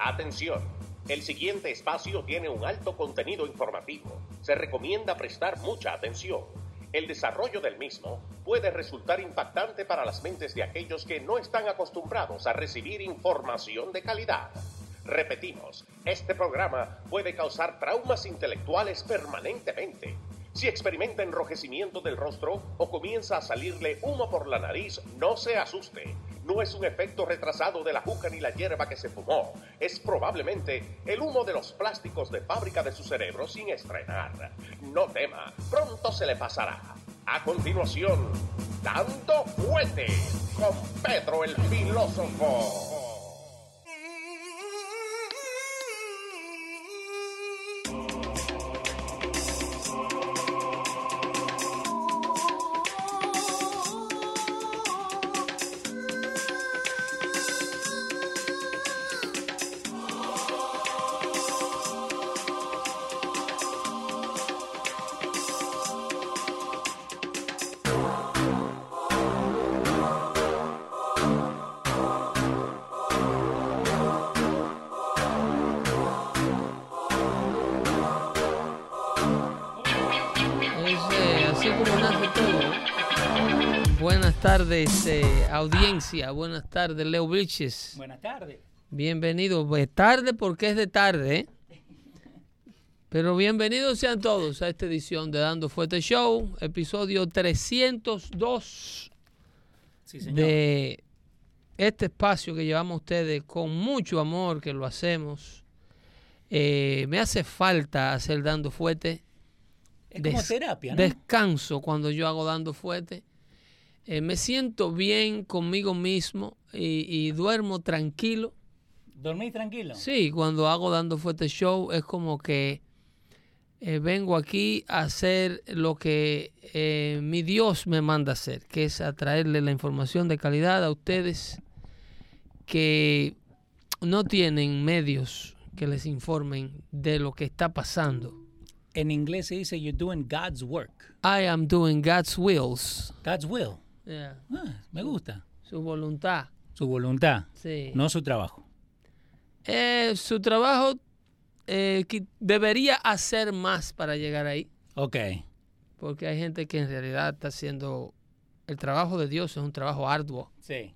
Atención, el siguiente espacio tiene un alto contenido informativo. Se recomienda prestar mucha atención. El desarrollo del mismo puede resultar impactante para las mentes de aquellos que no están acostumbrados a recibir información de calidad. Repetimos, este programa puede causar traumas intelectuales permanentemente. Si experimenta enrojecimiento del rostro o comienza a salirle humo por la nariz, no se asuste. No es un efecto retrasado de la juca ni la hierba que se fumó. Es probablemente el humo de los plásticos de fábrica de su cerebro sin estrenar. No tema, pronto se le pasará. A continuación, Dando Fuete con Pedro el Filósofo. Buenas tardes, audiencia. Buenas tardes, Leo Vilches. Buenas tardes. Bienvenido. Pues tarde porque es de tarde, ¿eh? Pero bienvenidos sean todos a esta edición de Dando Fuerte Show, episodio 302 Sí, señor. de este espacio que llevamos a ustedes con mucho amor, que lo hacemos. Me hace falta hacer Dando Fuerte. Es como terapia, ¿no? Descanso cuando yo hago Dando Fuerte. Me siento bien conmigo mismo y duermo tranquilo. ¿Dormís tranquilo? Sí, cuando hago Dando Fuerte Show es como que vengo aquí a hacer lo que mi Dios me manda hacer, que es a traerle la información de calidad a ustedes que no tienen medios que les informen de lo que está pasando. En inglés se dice you're doing God's work. I am doing God's wills. God's will. Yeah. Me gusta. Su voluntad. Su voluntad, Sí. no su trabajo. Su trabajo que debería hacer más para llegar ahí. Ok. Porque hay gente que en realidad está haciendo... El trabajo de Dios es un trabajo arduo. Sí.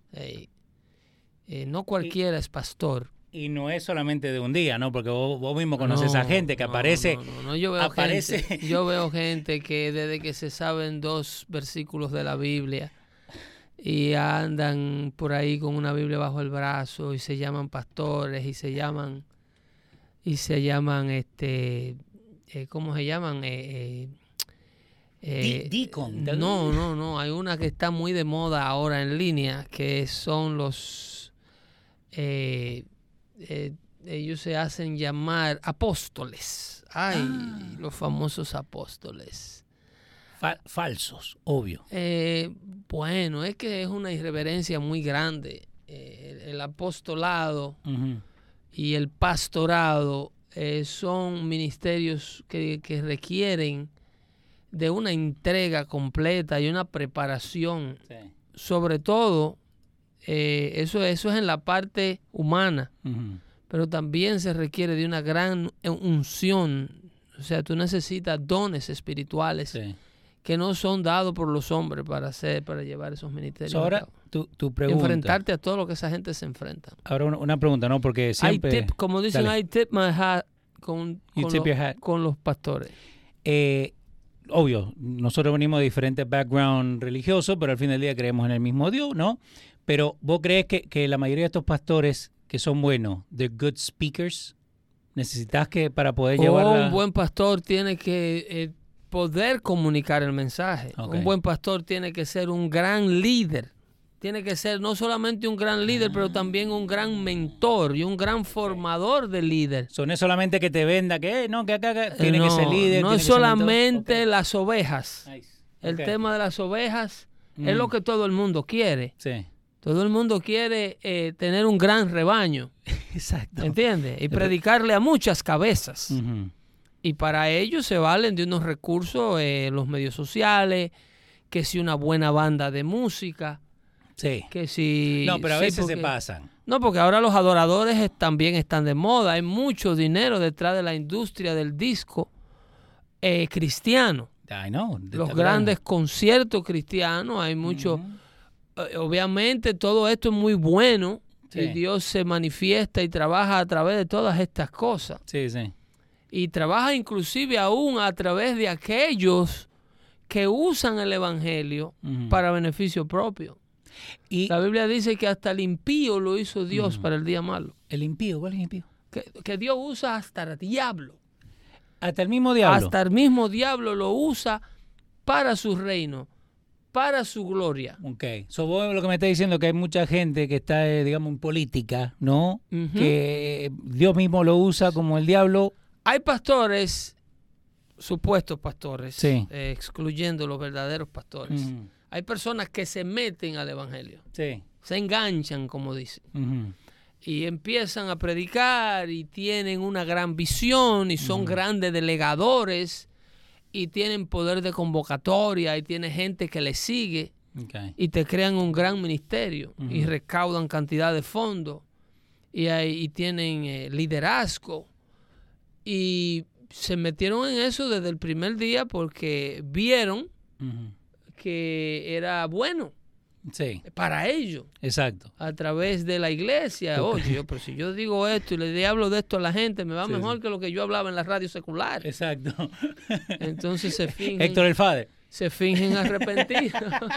No cualquiera es pastor. Y no es solamente de un día, ¿no? Porque vos mismo conoces a gente que aparece... No. Yo veo gente que desde que se saben 2 versículos de la Biblia y andan por ahí con una Biblia bajo el brazo y se llaman pastores y se llaman ¿cómo se llaman? Deacon. No. Hay una que está muy de moda ahora en línea, que son los... ellos se hacen llamar apóstoles. Los famosos apóstoles. Falsos, obvio. Bueno, es que es una irreverencia muy grande. El apostolado y el pastorado son ministerios que requieren de una entrega completa y una preparación. Sí. Sobre todo, eso es en la parte humana, pero también se requiere de una gran unción. O sea, tú necesitas dones espirituales. Sí. Que no son dados por los hombres para llevar esos ministerios. Ahora, tu pregunta. Enfrentarte a todo lo que esa gente se enfrenta. Ahora, una pregunta, ¿no? Porque siempre... Como dicen, Dale. I tip my hat con los pastores. Obvio, nosotros venimos de diferentes backgrounds religiosos, pero al fin del día creemos en el mismo Dios, ¿no? Pero ¿vos crees que la mayoría de estos pastores que son buenos, they're good speakers? ¿Necesitas que para poder llevar un buen pastor tiene que... poder comunicar el mensaje. Okay. Un buen pastor tiene que ser un gran líder. Tiene que ser no solamente un gran líder, pero también un gran mentor y un gran formador de líder. No es solamente que te venda, que acá tiene que ser líder. No es solamente las ovejas. Nice. El tema de las ovejas es lo que todo el mundo quiere. Sí. Todo el mundo quiere tener un gran rebaño. Exacto. ¿Entiendes? Y predicarle a muchas cabezas. Y para ello se valen de unos recursos, los medios sociales, que si una buena banda de música, Sí. que si... No, pero a veces se pasan. No, porque ahora los adoradores también están de moda. Hay mucho dinero detrás de la industria del disco cristiano. I know. Los grandes conciertos cristianos, hay mucho. Obviamente todo esto es muy bueno. Sí. Y Dios se manifiesta y trabaja a través de todas estas cosas. Sí, sí. Y trabaja inclusive aún a través de aquellos que usan el evangelio para beneficio propio. Y la Biblia dice que hasta el impío lo hizo Dios para el día malo. ¿El impío? ¿Cuál es el impío? Que Dios usa hasta el diablo. ¿Hasta el mismo diablo? Hasta el mismo diablo lo usa para su reino, para su gloria. Ok. So, vos lo que me estás diciendo es que hay mucha gente que está, digamos, en política, ¿no? Que Dios mismo lo usa como el diablo. Hay pastores, supuestos pastores, sí. Excluyendo los verdaderos pastores. Hay personas que se meten al evangelio. Sí. Se enganchan, como dicen. Y empiezan a predicar y tienen una gran visión y son grandes delegadores y tienen poder de convocatoria y tiene gente que les sigue y te crean un gran ministerio y recaudan cantidad de fondos y tienen liderazgo y se metieron en eso desde el primer día porque vieron que era bueno. Sí. Para ellos. Exacto. A través de la iglesia. Oye, pero si yo digo esto y le hablo de esto a la gente, me va mejor que lo que yo hablaba en la radio secular. Exacto. Entonces se fingen. Héctor el Fader. Se fingen arrepentidos.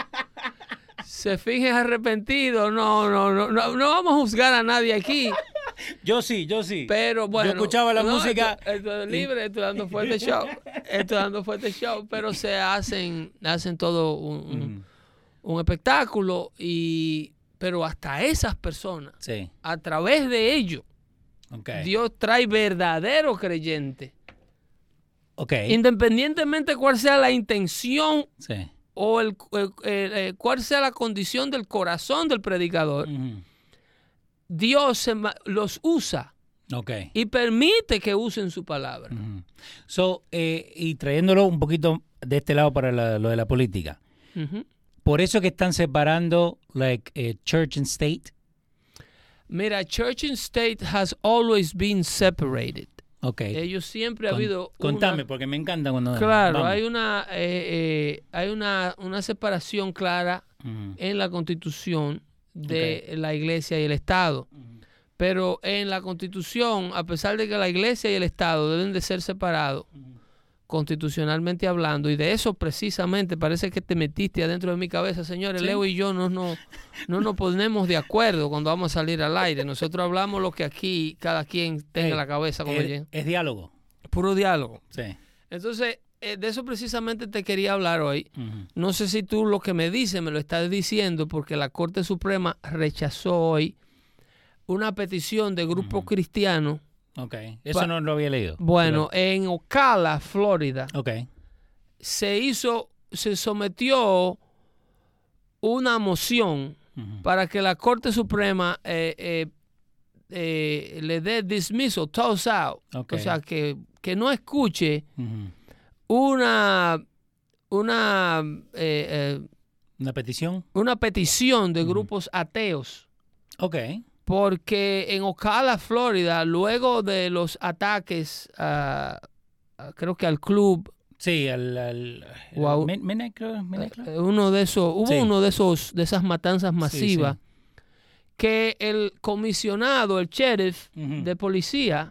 Se fingen arrepentidos. No vamos a juzgar a nadie aquí. Yo sí. Pero bueno. Yo escuchaba la música. Esto es libre, estoy dando fuerte show. Pero se hacen todo un espectáculo, pero hasta esas personas, a través de ellos, Dios trae verdaderos creyentes. Independientemente cuál sea la intención o cuál sea la condición del corazón del predicador, Dios los usa y permite que usen su palabra. Y trayéndolo un poquito de este lado para lo de la política. Por eso que están separando church and state. Mira, church and state has always been separated. Ellos siempre ha habido contame, porque me encanta cuando... Claro, hay una separación clara en la Constitución de la Iglesia y el Estado. Pero en la Constitución, a pesar de que la Iglesia y el Estado deben de ser separados, constitucionalmente hablando, y de eso precisamente parece que te metiste adentro de mi cabeza, señores. Leo y yo no nos ponemos de acuerdo cuando vamos a salir al aire. Nosotros hablamos lo que aquí cada quien tenga la cabeza como es diálogo. Puro diálogo. Sí. Entonces, de eso precisamente te quería hablar hoy. No sé si tú lo que me dices me lo estás diciendo porque la Corte Suprema rechazó hoy una petición de grupos cristianos. Eso no lo había leído. Bueno, en Ocala, Florida, se sometió una moción para que la Corte Suprema le dé dismissal, toss out. O sea, que no escuche una petición. Una petición de grupos ateos. Porque en Ocala, Florida, luego de los ataques, creo que al club. Sí, uno de esos, de esas matanzas masivas, que el comisionado, el sheriff de policía,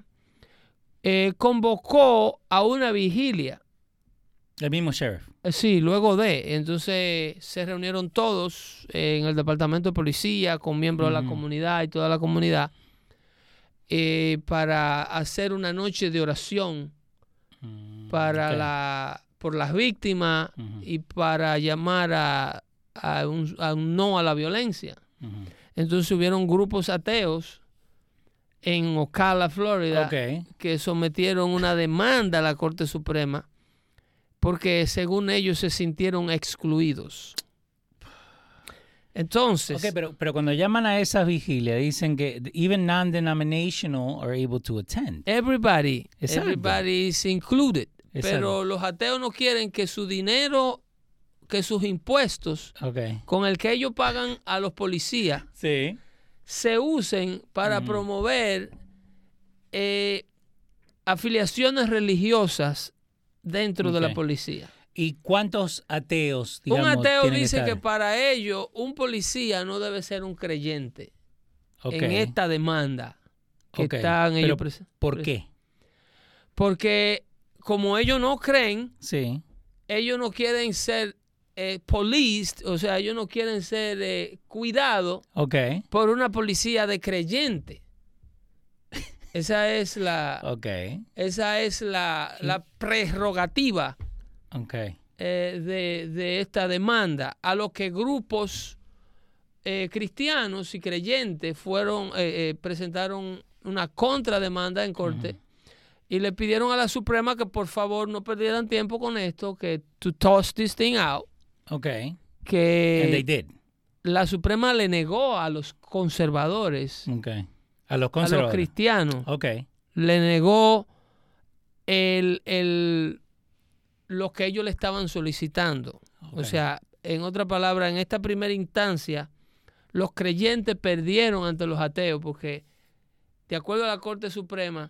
convocó a una vigilia. El mismo sheriff. Sí, luego de. Entonces se reunieron todos en el departamento de policía con miembros de la comunidad y toda la comunidad para hacer una noche de oración por las víctimas y para llamar a un no a la violencia. Entonces hubieron grupos ateos en Ocala, Florida, que sometieron una demanda a la Corte Suprema porque según ellos se sintieron excluidos. Entonces... pero cuando llaman a esas vigilias dicen que even non-denominational are able to attend. Everybody is included. Exacto. Pero los ateos no quieren que su dinero, que sus impuestos, con el que ellos pagan a los policías, se usen para promover afiliaciones religiosas dentro de la policía. ¿Y cuántos ateos, digamos, un ateo tienen dice estar? que para ellos un policía no debe ser un creyente Okay. en esta demanda que Okay. están Pero, ellos ¿por qué? Porque como ellos no creen, Sí. ellos no quieren ser policed, o sea, ellos no quieren ser cuidados Okay. por una policía de creyente. Esa es la, Okay. esa es la prerrogativa Okay. de esta demanda, a lo que grupos cristianos y creyentes presentaron una contrademanda en corte y le pidieron a la Suprema que por favor no perdieran tiempo con esto, que to toss this thing out. Okay. Que And they did. la Suprema le negó a los conservadores, Okay. A los a conservadores. los cristianos, Okay. le negó lo que ellos le estaban solicitando. Okay. O sea, en otra palabra, en esta primera instancia, los creyentes perdieron ante los ateos porque, de acuerdo a la Corte Suprema,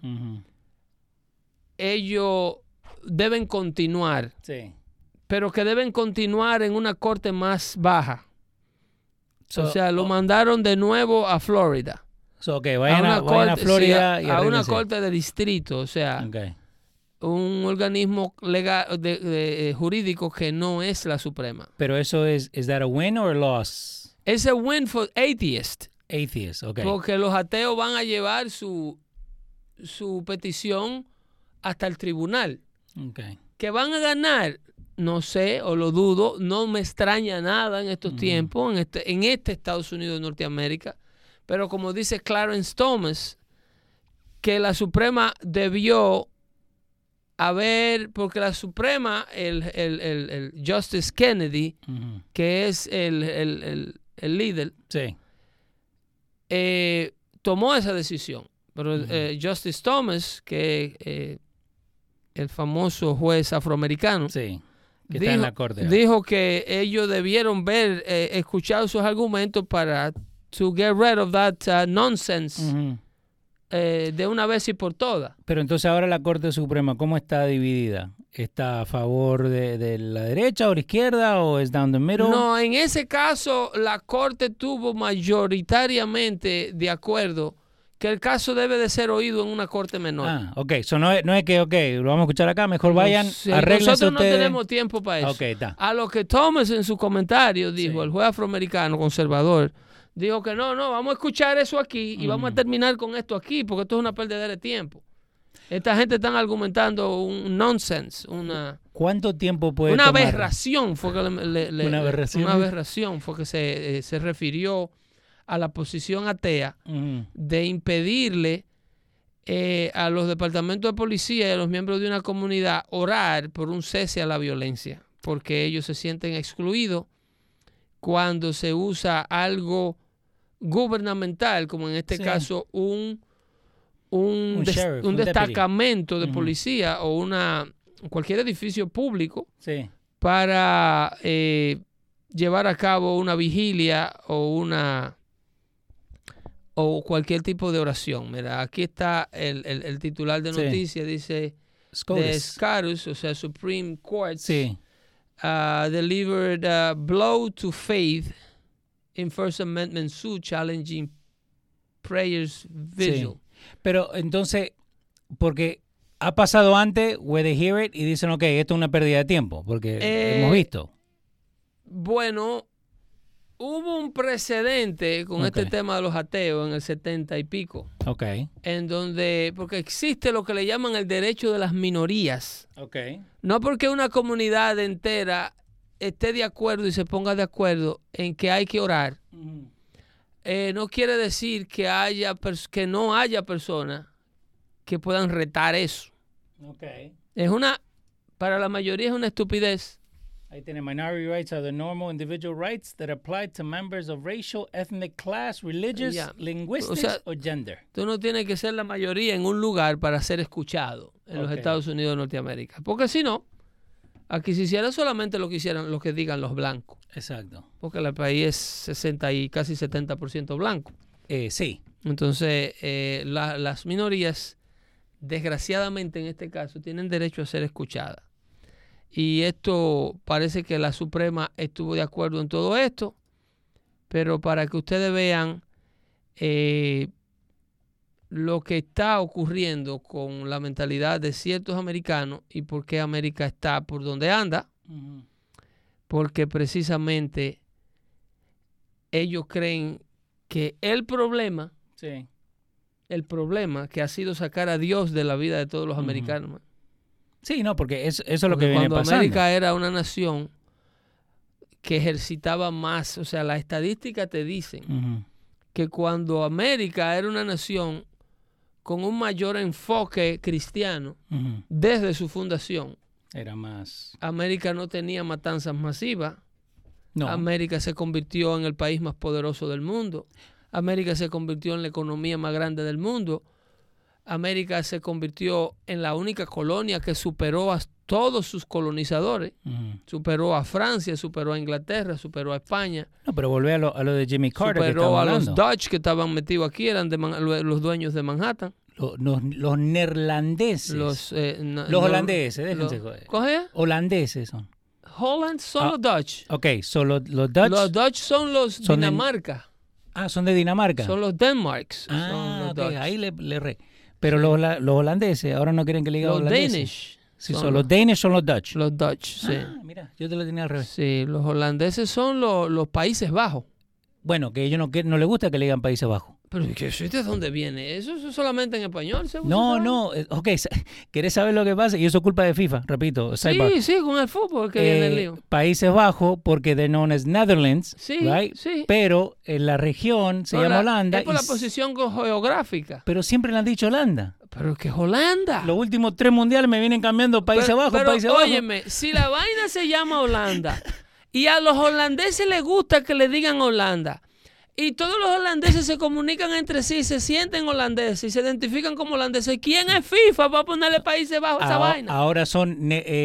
ellos deben continuar, Sí. pero que deben continuar en una corte más baja. So, o sea, lo mandaron de nuevo a Florida. Vayan a Florida sí, y a una arréglense. corte de distrito, o sea, Okay. un organismo legal jurídico que no es la Suprema. Pero eso is that a win or a loss? Es a win for atheists, Atheist, okay. porque los ateos van a llevar su petición hasta el tribunal. Okay. ¿Que van a ganar? No sé, o lo dudo. No me extraña nada en estos tiempos, en este Estados Unidos de Norteamérica. Pero como dice Clarence Thomas, que la Suprema debió haber, porque la Suprema, el Justice Kennedy, que es el líder, Sí. tomó esa decisión. Pero Justice Thomas, que el famoso juez afroamericano, Sí. Que está en la corte. dijo que ellos debieron escuchar sus argumentos para to get rid of that nonsense de una vez y por todas. Pero entonces ahora la Corte Suprema, ¿cómo está dividida? ¿Está a favor de la derecha o la izquierda o es down the middle? No, en ese caso la Corte tuvo mayoritariamente de acuerdo que el caso debe de ser oído en una corte menor. Ah, ok. So no es que, ok, lo vamos a escuchar acá, mejor vayan, Sí, arréglense nosotros no ustedes. tenemos tiempo para eso. Ok, está. A lo que Thomas en su comentario dijo, Sí. el juez afroamericano conservador, dijo que no, vamos a escuchar eso aquí y vamos a terminar con esto aquí, porque esto es una pérdida de tiempo. Esta gente está argumentando un nonsense, una ¿Cuánto tiempo puede una tomar? aberración fue que ¿Una aberración? una aberración fue que se refirió a la posición atea de impedirle a los departamentos de policía y a los miembros de una comunidad orar por un cese a la violencia, porque ellos se sienten excluidos cuando se usa algo gubernamental, como en este caso un sheriff, un destacamento de policía o cualquier edificio público Sí. para llevar a cabo una vigilia o cualquier tipo de oración. Mira, aquí está el titular de Sí. noticias, dice SCOTUS. the SCOTUS, o sea, Supreme Court, Sí. delivered a blow to faith in First Amendment suit challenging prayers vigil. Sí. Pero entonces, porque ha pasado antes, where they hear it, y dicen, ok, esto es una pérdida de tiempo, porque hemos visto. Bueno, hubo un precedente con este tema de los ateos en el 70 y pico, Ok. en donde, porque existe lo que le llaman el derecho de las minorías. Ok. No porque una comunidad entera esté de acuerdo y se ponga de acuerdo en que hay que orar, no quiere decir que no haya personas que puedan retar eso. Ok. Para la mayoría es una estupidez. Ahí tiene, minority rights are the normal individual rights that apply to members of racial, ethnic, class, religious, linguistics, o gender. Tú no tienes que ser la mayoría en un lugar para ser escuchado en los Estados Unidos de Norteamérica. Porque si no, aquí se hiciera solamente lo que digan los blancos. Exacto. Porque el país es 60 y casi 70% blanco. Sí. Entonces, las minorías, desgraciadamente en este caso, tienen derecho a ser escuchadas. Y esto parece que la Suprema estuvo de acuerdo en todo esto, pero para que ustedes vean lo que está ocurriendo con la mentalidad de ciertos americanos y por qué América está por donde anda, porque precisamente ellos creen que el problema que ha sido sacar a Dios de la vida de todos los americanos. Man. Sí, no, porque eso es lo que viene pasando. Cuando América era una nación que ejercitaba más, o sea, las estadísticas te dicen que cuando América era una nación con un mayor enfoque cristiano desde su fundación, era más. América no tenía matanzas masivas. No. América se convirtió en el país más poderoso del mundo. América se convirtió en la economía más grande del mundo. América se convirtió en la única colonia que superó a todos sus colonizadores. Superó a Francia, superó a Inglaterra, superó a España. No, pero volvé a lo de Jimmy Carter. Superó a los Dutch que estaban metidos aquí, eran los dueños de Manhattan. Los neerlandeses. Los holandeses, déjense joder. ¿Coge? Holandeses son. Holland son los Dutch. Ok, son los Dutch. Los Dutch son los Dinamarca. Son de Dinamarca. Son los Denmarks. Ahí le re. Pero los holandeses ahora no quieren que le diga holandeses. Los Danish. Sí, los Danish son los Dutch. Los Dutch, sí. Mira, yo te lo tenía al revés. Sí, los holandeses son los Países Bajos. Bueno, que a ellos no les gusta que le digan Países Bajos. Pero ¿de dónde viene? ¿Eso es solamente en español? No, ok, ¿querés saber lo que pasa? Y eso es culpa de FIFA, repito. Sí, con el fútbol que viene el lío. Países Bajos, porque they're known as Netherlands, right? Sí. Pero en la región se llama Holanda. Es por la posición geográfica. Pero siempre le han dicho Holanda. ¿Pero qué es Holanda? Los últimos 3 mundiales me vienen cambiando Países Bajos, Países Bajos. Óyeme, si la vaina se llama Holanda y a los holandeses les gusta que le digan Holanda, y todos los holandeses se comunican entre sí, se sienten holandeses y se identifican como holandeses, ¿quién es FIFA para ponerle Países Bajos a esa vaina? Ahora son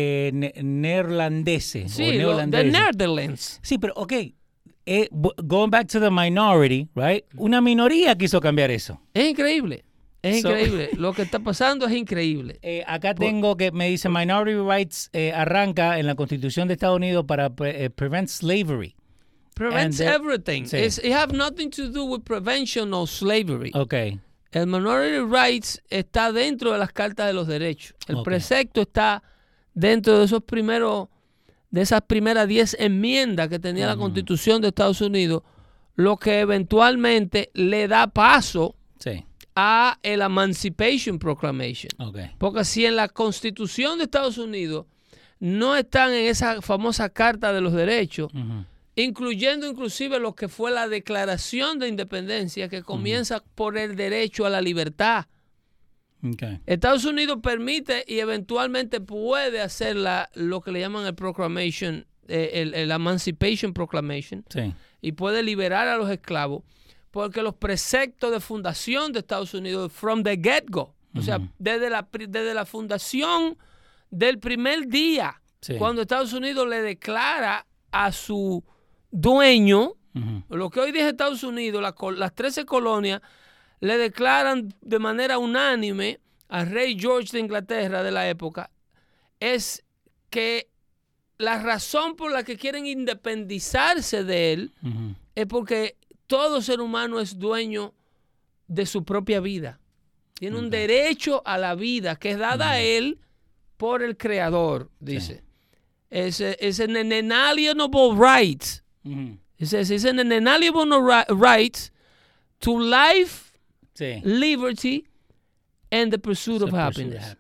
neerlandeses. Sí, the Netherlands. Sí, pero ok, going back to the minority, right? Una minoría quiso cambiar eso. Es increíble. Increíble. Lo que está pasando es increíble. Acá tengo que me dice Minority Rights arranca en la Constitución de Estados Unidos para prevent slavery. Prevents everything. Sí. It have nothing to do with prevention of slavery. Okay. El Minority Rights está dentro de las cartas de los derechos. El precepto está dentro de esas primeras 10 enmiendas que tenía la Constitución de Estados Unidos, lo que eventualmente le da paso a el Emancipation Proclamation. Porque si en la Constitución de Estados Unidos no están en esa famosa Carta de los Derechos, incluyendo inclusive lo que fue la Declaración de Independencia, que comienza por el derecho a la libertad. Estados Unidos permite y eventualmente puede hacer lo que le llaman el Proclamation, el Emancipation Proclamation, y puede liberar a los esclavos, porque los preceptos de fundación de Estados Unidos, from the get-go, o sea, desde la fundación del primer día, cuando Estados Unidos le declara a su dueño, lo que hoy dice Estados Unidos, las 13 colonias, le declaran de manera unánime al rey George de Inglaterra de la época, es que la razón por la que quieren independizarse de él es porque todo ser humano es dueño de su propia vida. Tiene un derecho a la vida que es dada a él por el Creador, dice. Es an inalienable right. It says it's an inalienable right to life, liberty, and the pursuit of happiness.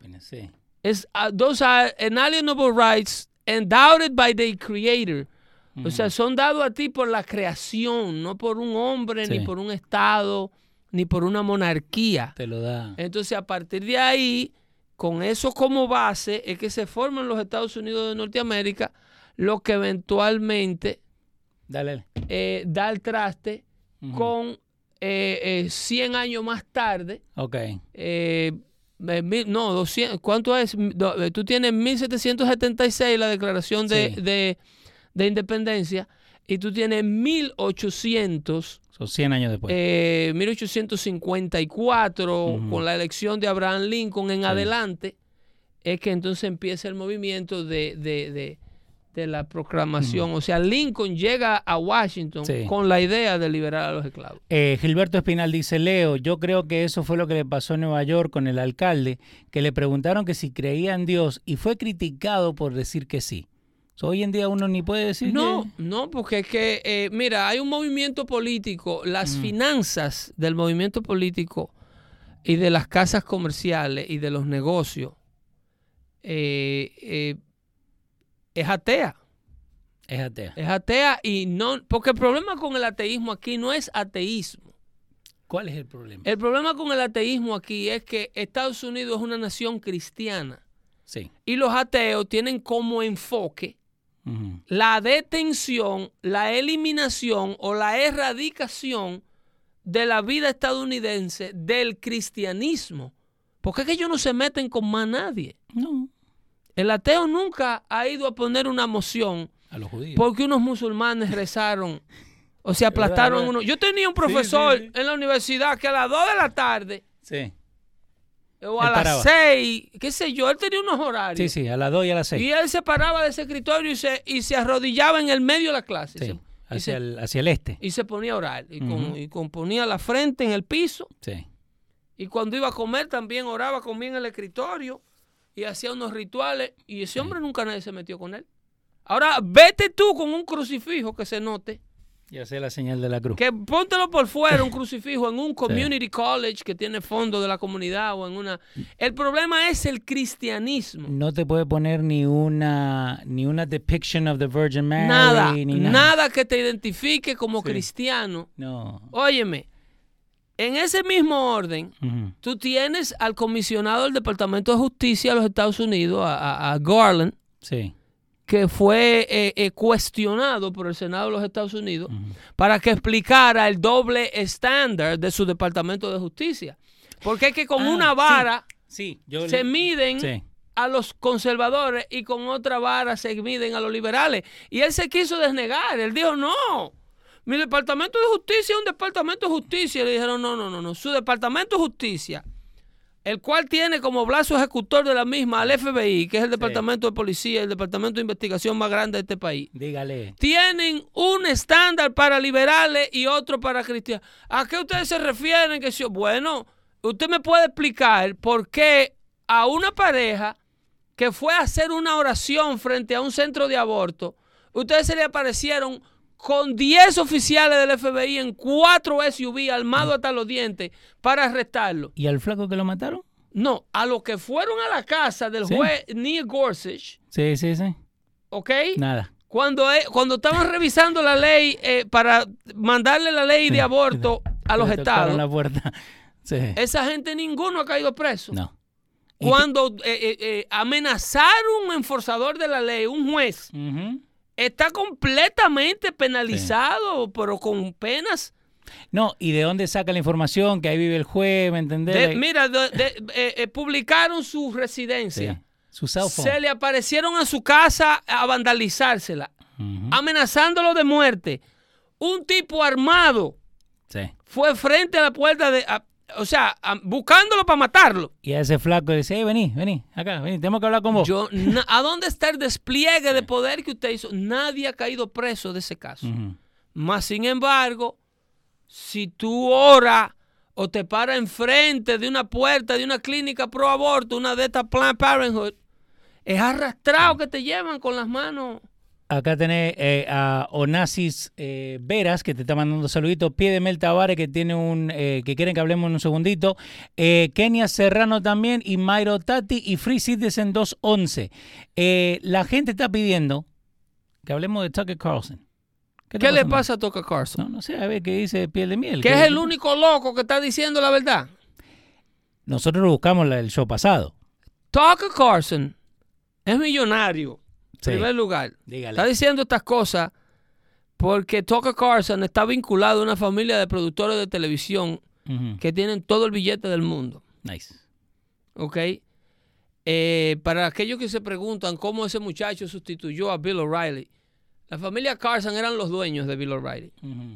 Those are inalienable rights endowed by the Creator. O sea, son dados a ti por la creación, no por un hombre, ni por un estado, ni por una monarquía. Te lo da. Entonces, a partir de ahí, con eso como base, es que se forman los Estados Unidos de Norteamérica, lo que eventualmente da el traste con 100 años más tarde. 200, ¿cuánto es? Tú tienes 1776 la Declaración de Independencia. y tú tienes 1800. Son 100 años después. 1854, con la elección de Abraham Lincoln en adelante, es que entonces empieza el movimiento de la proclamación. O sea, Lincoln llega a Washington con la idea de liberar a los esclavos. Gilberto Espinal dice, Leo, yo creo que eso fue lo que le pasó en Nueva York con el alcalde, que le preguntaron que si creía en Dios y fue criticado por decir que sí. Hoy en día uno ni puede decir No, porque es que, mira, hay un movimiento político, las finanzas del movimiento político y de las casas comerciales y de los negocios es atea. Es atea. Es atea y no, porque el problema con el ateísmo aquí no es ateísmo. ¿Cuál es el problema? El problema con el ateísmo aquí es que Estados Unidos es una nación cristiana. Sí. Y los ateos tienen como enfoque la detención, la eliminación o la erradicación de la vida estadounidense del cristianismo. Porque es que ellos no se meten con más nadie. No. El ateo nunca ha ido a poner una moción a los judíos porque unos musulmanes rezaron o se aplastaron uno. Yo tenía un profesor en la universidad que a las 2 de la tarde o a las 6, qué sé yo, él tenía unos horarios. Sí, a las 2 y a las 6. Y él se paraba de ese escritorio y se arrodillaba en el medio de la clase. Sí, hacia el este. Y se ponía a orar. Y ponía la frente en el piso. Sí. Y cuando iba a comer también oraba, comía en el escritorio y hacía unos rituales. Y ese hombre nunca nadie se metió con él. Ahora, vete tú con un crucifijo que se note. Y hacer la señal de la cruz. Que póntelo por fuera, un crucifijo, en un community college que tiene fondo de la comunidad o en una... El problema es el cristianismo. No te puede poner ni una depiction of the Virgin Mary. Nada que te identifique como cristiano. No. Óyeme, en ese mismo orden, tú tienes al comisionado del Departamento de Justicia de los Estados Unidos, a Garland, que fue cuestionado por el Senado de los Estados Unidos para que explicara el doble estándar de su Departamento de Justicia. Porque es que con una vara se miden a los conservadores y con otra vara se miden a los liberales. Y él se quiso desnegar. Él dijo, no, mi Departamento de Justicia es un Departamento de Justicia. Y le dijeron, no, su Departamento de Justicia, el cual tiene como brazo ejecutor de la misma al FBI, que es el Departamento de Policía, el Departamento de Investigación más grande de este país. Dígale. Tienen un estándar para liberales y otro para cristianos. ¿A qué ustedes se refieren? Bueno, usted me puede explicar por qué a una pareja que fue a hacer una oración frente a un centro de aborto, ustedes se le aparecieron con 10 oficiales del FBI en 4 SUV armados hasta los dientes para arrestarlo. ¿Y al flaco que lo mataron? No, a los que fueron a la casa del juez Neil Gorsuch. Sí. ¿Ok? Nada. Cuando estaban revisando la ley para mandarle la ley de aborto a los estados. La puerta. Esa gente ninguno ha caído preso. No. Cuando amenazaron a un enforzador de la ley, un juez, está completamente penalizado, pero con penas. No, ¿y de dónde saca la información? Que ahí vive el juez, ¿me entendés? Publicaron su residencia. Su cell phone. Se le aparecieron a su casa a vandalizársela, amenazándolo de muerte. Un tipo armado fue frente a la puerta buscándolo para matarlo. Y a ese flaco le dice, vení, acá, vení, tenemos que hablar con vos. ¿A dónde está el despliegue de poder que usted hizo? Nadie ha caído preso de ese caso. Más sin embargo, si tú oras o te paras enfrente de una puerta de una clínica pro aborto, una de estas Planned Parenthood, es arrastrado que te llevan con las manos. Acá tenés a Onassis Veras, que te está mandando saluditos. Piedemel Tavares, que tiene que quieren que hablemos en un segundito. Kenia Serrano también, y Mayro Tati, y Free Citizen 211. La gente está pidiendo que hablemos de Tucker Carlson. ¿Qué le pasa a Tucker Carlson? No sé, a ver qué dice Piel de Miel. Que es el único loco que está diciendo la verdad. Nosotros lo buscamos el show pasado. Tucker Carlson es millonario. En primer lugar, está diciendo estas cosas porque Tucker Carlson está vinculado a una familia de productores de televisión que tienen todo el billete del mundo. Nice. ¿Ok? Para aquellos que se preguntan cómo ese muchacho sustituyó a Bill O'Reilly, La familia Carson eran los dueños de Bill O'Reilly. Ujú.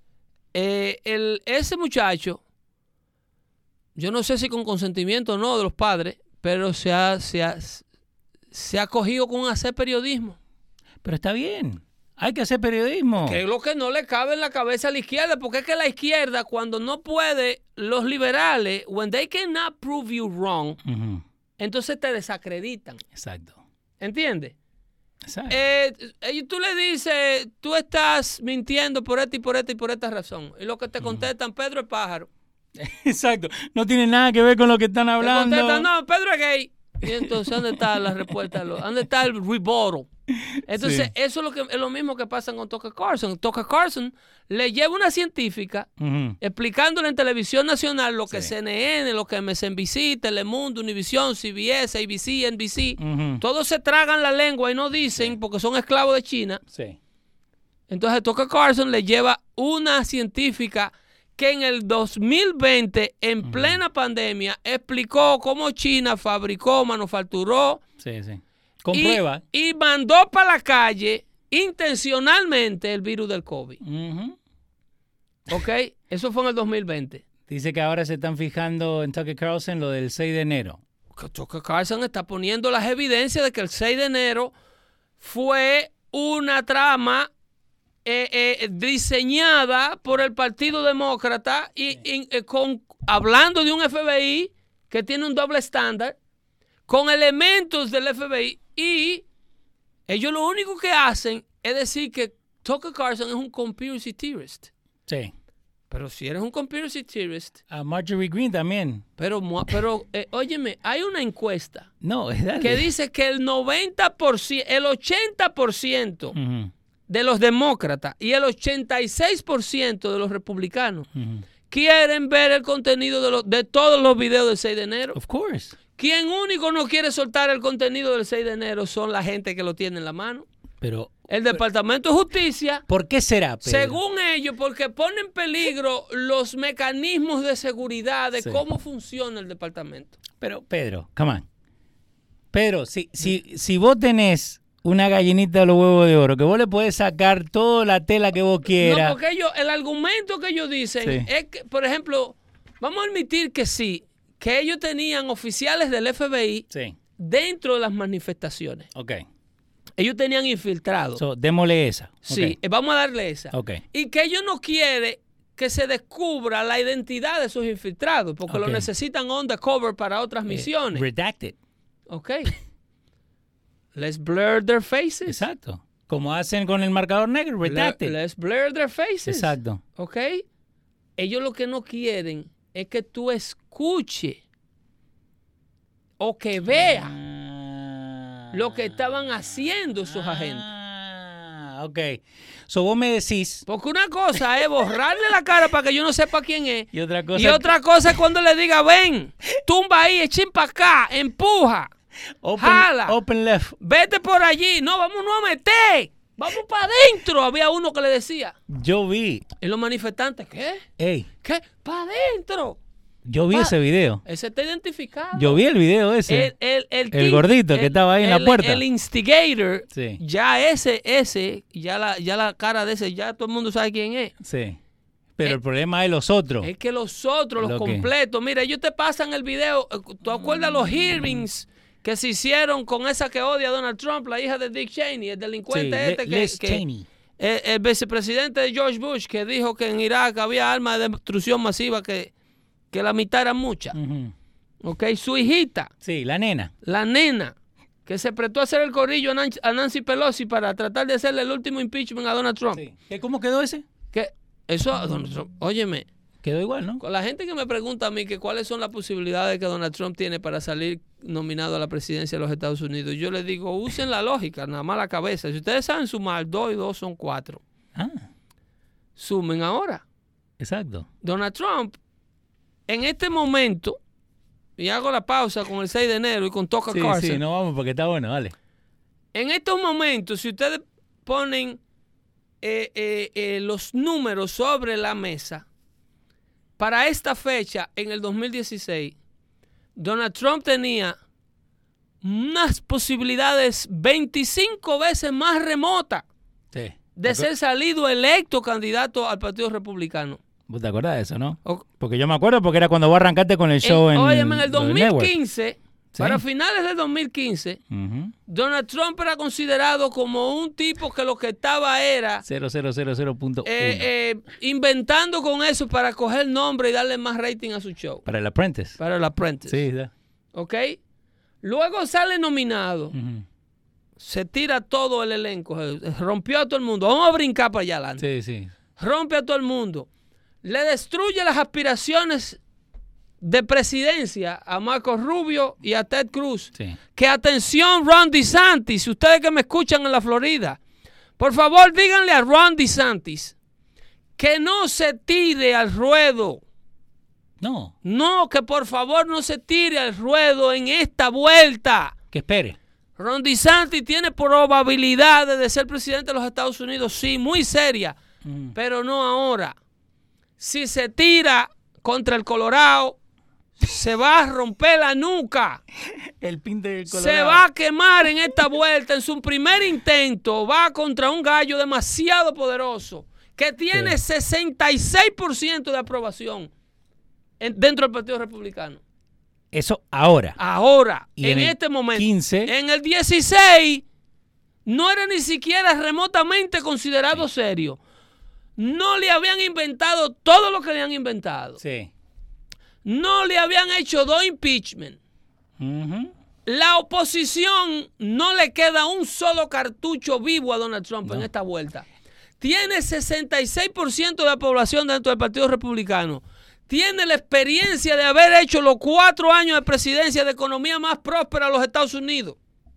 Ese muchacho, yo no sé si con consentimiento o no de los padres, pero se ha cogido con hacer periodismo. Pero está bien. Hay que hacer periodismo. Que es lo que no le cabe en la cabeza a la izquierda, porque es que la izquierda, cuando no puede, los liberales, when they cannot prove you wrong, Ujú. entonces te desacreditan. Exacto. ¿Entiendes? Exacto. Tú le dices, tú estás mintiendo por esta y por esta y por esta razón. Y lo que te contestan, Pedro es pájaro. Exacto. No tiene nada que ver con lo que están Te hablando. contestan, no, Pedro es gay. Y entonces, ¿dónde está la respuesta? ¿Dónde está el rebuttal? Entonces, Sí. eso es lo mismo que pasa con Tucker Carlson. Tucker Carlson le lleva una científica Ujú. explicándole en televisión nacional lo que Sí. CNN, lo que MSNBC, Telemundo, Univision, CBS, ABC, NBC, Ujú. todos se tragan la lengua y no dicen porque son esclavos de China. Sí. Entonces Tucker Carlson le lleva una científica que en el 2020, en plena pandemia, explicó cómo China fabricó, manufacturó Sí, sí. Con prueba. y mandó para la calle intencionalmente el virus del COVID. Ujú. ¿Ok? Eso fue en el 2020. Dice que ahora se están fijando en Tucker Carlson lo del 6 de enero. Tucker Carlson está poniendo las evidencias de que el 6 de enero fue una trama diseñada por el Partido Demócrata hablando de un FBI que tiene un doble estándar, con elementos del FBI, y ellos lo único que hacen es decir que Tucker Carlson es un conspiracy theorist. Sí. Pero si eres un conspiracy theorist, A Marjorie Greene también. pero óyeme, hay una encuesta No, es dale. que dice que el 90%, el 80% Ujú. de los demócratas y el 86% de los republicanos Ujú. quieren ver el contenido de todos los videos del 6 de enero. Of course. Quien único no quiere soltar el contenido del 6 de enero son la gente que lo tiene en la mano. Pero, El Departamento de Justicia, ¿por qué será, Pedro? según ellos, porque pone en peligro los mecanismos de seguridad de Sí. cómo funciona el departamento. Pero, Pedro, come on. Pedro, si vos tenés una gallinita de los huevos de oro, que vos le podés sacar toda la tela que vos quieras. No, porque el argumento que ellos dicen Sí. es que, por ejemplo, vamos a admitir que sí, que ellos tenían oficiales del FBI Sí, dentro de las manifestaciones. ok. Ellos tenían infiltrados. So, démosle esa. Sí, Ok. vamos a darle esa. Ok. Y que ellos no quieren que se descubra la identidad de esos infiltrados, porque lo Ok. necesitan undercover para otras misiones. Redacted. Ok. Let's blur their faces. Exacto. Como hacen con el marcador negro, redacted. Let's blur their faces. Exacto. ¿Ok? Ellos lo que no quieren es que tú escuches o que veas lo que estaban haciendo esos agentes. Ok. So vos me decís. Porque una cosa es borrarle la cara para que yo no sepa quién es. Y otra cosa. Y otra cosa es cuando le diga, ven, tumba ahí, echen para acá, empuja, jala. Open left. vete por allí. No, vámonos a meter. Vamos para adentro. Había uno que le decía. Yo vi. Y los manifestantes, ¿qué? Ey, ¿Qué? Para adentro. yo vi ese video. Ese está identificado. Yo vi el video ese. El gordito que estaba ahí en la puerta. El instigator, Sí. ya ya la cara de ese, ya todo el mundo sabe quién es. Sí. Pero el problema es los otros. Es que los otros, los Lo que- completos, mira, ellos te pasan el video. ¿Tú acuerdas los hearings que se hicieron con esa que odia a Donald Trump, la hija de Dick Cheney, el delincuente Sí, Liz que Cheney. el vicepresidente de George Bush, que dijo que en Irak había armas de destrucción masiva que la mitad eran muchas? Ujú. ¿Ok? Su hijita, Sí, la nena. la nena, que se prestó a hacer el corrillo a Nancy Pelosi para tratar de hacerle el último impeachment a Donald Trump. Sí. ¿Cómo quedó ese? Que eso, Donald Trump, óyeme, Quedó igual, ¿no? con la gente que me pregunta a mí que cuáles son las posibilidades que Donald Trump tiene para salir nominado a la presidencia de los Estados Unidos, yo les digo, usen la lógica, nada más la cabeza. Si ustedes saben sumar 2 y 2 son 4, Ah, sumen ahora. exacto. Donald Trump, en este momento, y hago la pausa con el 6 de enero y con Tucker Sí, Carlson, sí, no vamos porque está bueno, dale. en estos momentos, si ustedes ponen los números sobre la mesa, para esta fecha, en el 2016, Donald Trump tenía unas posibilidades 25 veces más remotas Sí. de ser salido electo candidato al Partido Republicano. ¿Vos te acordás de eso, no? O- Porque yo me acuerdo porque era cuando vos arrancaste con el show Óyeme, en el lo del network. 2015, para finales del 2015, Ujú. Donald Trump era considerado como un tipo que lo que estaba era 0.000.1 inventando con eso para coger nombre y darle más rating a su show. para el Apprentice. Para el Apprentice. Sí, ya. ¿Ok? Luego sale nominado. Ujú. Se tira todo el elenco. Rompió a todo el mundo. Vamos a brincar para allá adelante. Sí, sí. Rompe a todo el mundo. Le destruye las aspiraciones de presidencia a Marco Rubio y a Ted Cruz. Sí. Que atención, Ron DeSantis, ustedes que me escuchan en la Florida, por favor díganle a Ron DeSantis que no se tire al ruedo. No, No, que por favor no se tire al ruedo en esta vuelta. que espere. Ron DeSantis tiene probabilidades de ser presidente de los Estados Unidos, sí, muy seria, pero no ahora. Si se tira contra el Colorado, se va a romper la nuca. El pin del Se va a quemar en esta vuelta. En su primer intento va contra un gallo demasiado poderoso que tiene 66% de aprobación dentro del Partido Republicano. Eso ahora. Ahora, Y en en el este momento. 15. En el 16 no era ni siquiera remotamente considerado serio. No le habían inventado todo lo que le han inventado. Sí. No le habían hecho 2 impeachment. Ujú. La oposición no le queda un solo cartucho vivo a Donald Trump en esta vuelta. Tiene 66% de la población dentro del Partido Republicano. Tiene la experiencia de haber hecho los 4 años de presidencia de economía más próspera de los Estados Unidos.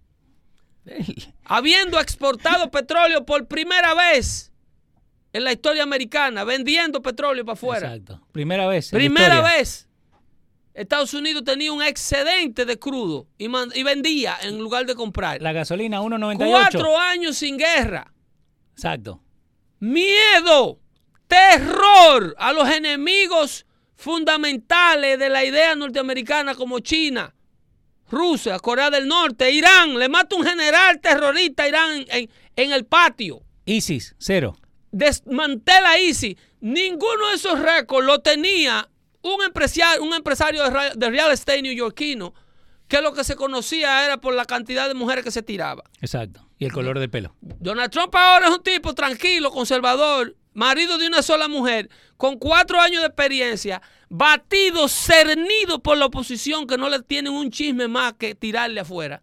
Habiendo exportado petróleo por primera vez en la historia americana, vendiendo petróleo para afuera. Exacto. Primera vez. en la Primera historia. vez. Estados Unidos tenía un excedente de crudo y vendía en lugar de comprar. La gasolina 1.98. 4 años sin guerra. Exacto. Miedo, terror a los enemigos fundamentales de la idea norteamericana como China, Rusia, Corea del Norte, Irán. Le mata un general terrorista a Irán en el patio. ISIS, 0. Desmantela ISIS. Ninguno de esos récords lo tenía un empresario de real estate neoyorquino, que lo que se conocía era por la cantidad de mujeres que se tiraba. Exacto. Y el color del pelo. Donald Trump ahora es un tipo tranquilo, conservador, marido de una sola mujer, con 4 años de experiencia, batido, cernido por la oposición que no le tienen un chisme más que tirarle afuera.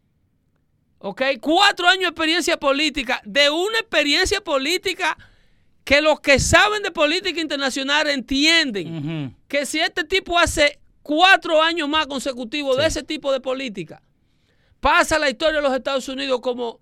¿Ok? 4 años de experiencia política, de una experiencia política que los que saben de política internacional entienden que si este tipo hace 4 años más consecutivos de ese tipo de política, pasa a la historia de los Estados Unidos como